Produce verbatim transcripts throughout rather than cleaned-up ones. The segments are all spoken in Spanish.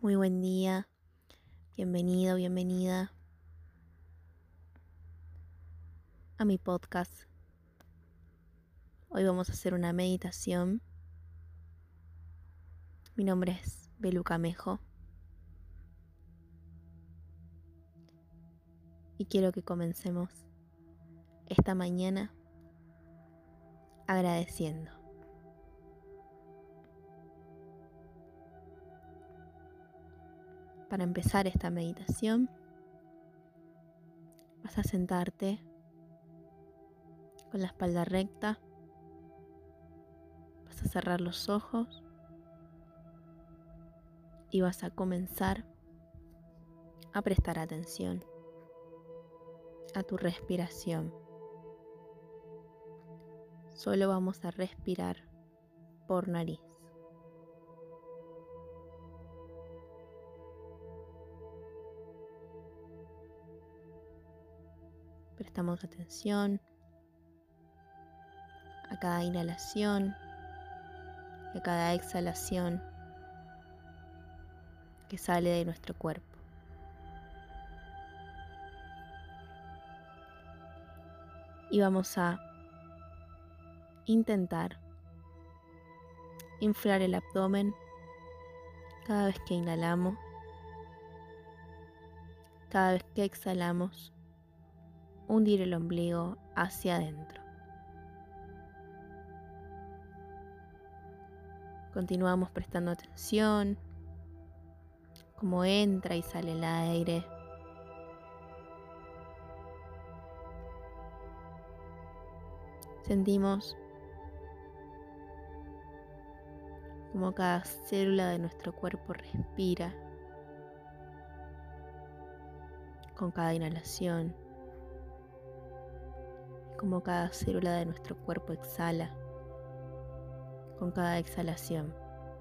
Muy buen día, bienvenido, bienvenida a mi podcast. Hoy vamos a hacer una meditación. Mi nombre es Belu Camejo y quiero que comencemos esta mañana agradeciendo. Para empezar esta meditación, vas a sentarte con la espalda recta, vas a cerrar los ojos y vas a comenzar a prestar atención a tu respiración. Solo vamos a respirar por nariz. Prestamos atención a cada inhalación y a cada exhalación que sale de nuestro cuerpo. Y vamos a intentar inflar el abdomen cada vez que inhalamos, cada vez que exhalamos, hundir el ombligo hacia adentro. Continuamos prestando atención cómo entra y sale el aire. Sentimos cómo cada célula de nuestro cuerpo respira con cada inhalación, y cómo cada célula de nuestro cuerpo exhala con cada exhalación.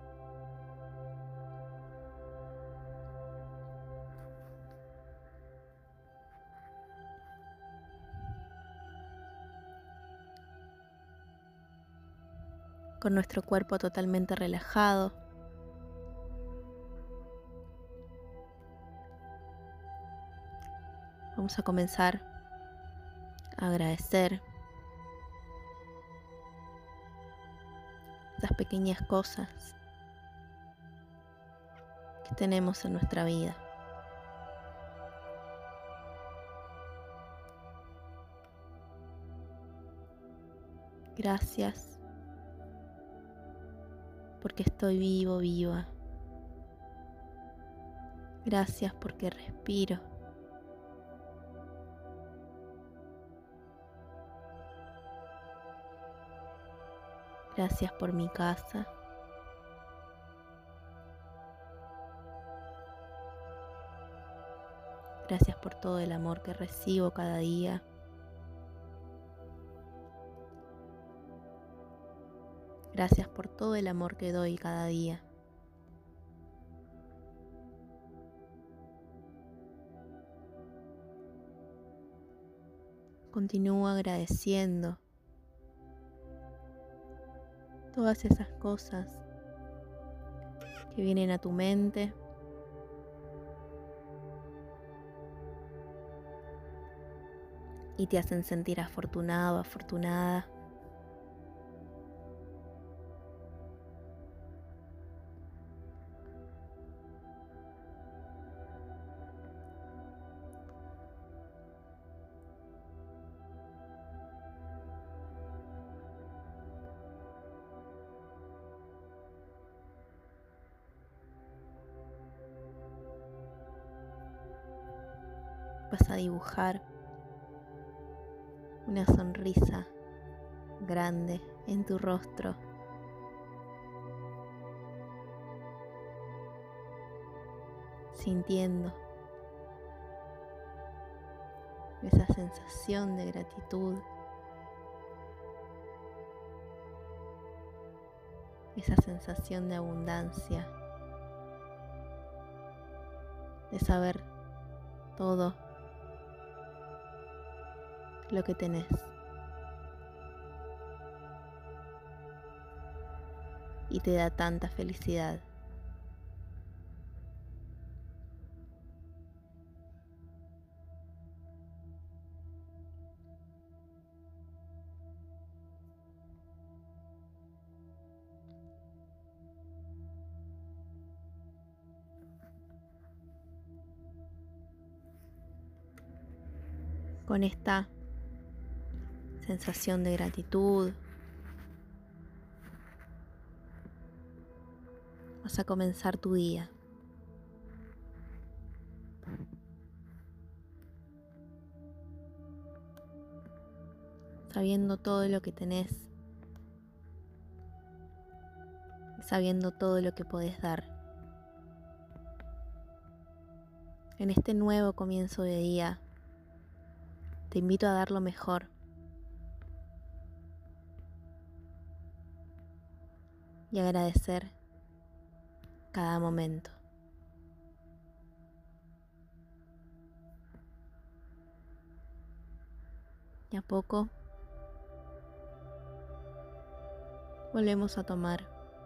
Con nuestro cuerpo totalmente relajado, vamos a comenzar a agradecer las pequeñas cosas que tenemos en nuestra vida. Gracias porque estoy vivo, viva. Gracias porque respiro. Gracias por mi casa. Gracias por todo el amor que recibo cada día. Gracias por todo el amor que doy cada día. Continúa agradeciendo todas esas cosas que vienen a tu mente y te hacen sentir afortunado, afortunada. Vas a dibujar una sonrisa grande en tu rostro. Sintiendo esa sensación de gratitud, esa sensación de abundancia, de saber todo lo que tenés. Y te da tanta felicidad. Con esta sensación de gratitud, vas a comenzar tu día. Sabiendo todo lo que tenés, y sabiendo todo lo que podés dar. En este nuevo comienzo de día, te invito a dar lo mejor. Y agradecer cada momento. Y a poco volvemos a tomar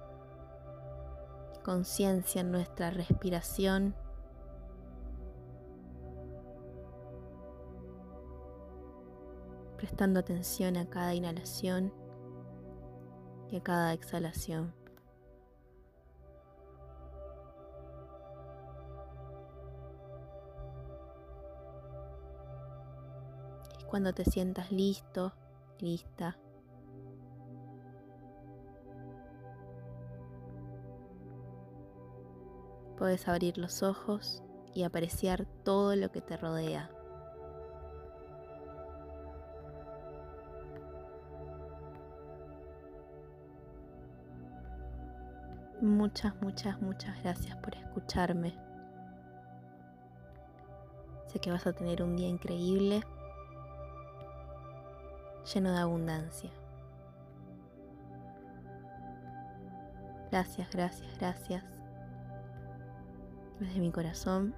conciencia en nuestra respiración, prestando atención a cada inhalación y a cada exhalación. Y cuando te sientas listo, lista, puedes abrir los ojos y apreciar todo lo que te rodea. Muchas, muchas, muchas gracias por escucharme. Sé que vas a tener un día increíble, lleno de abundancia. Gracias, gracias, gracias. Desde mi corazón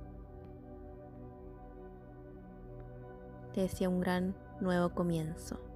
te deseo un gran nuevo comienzo.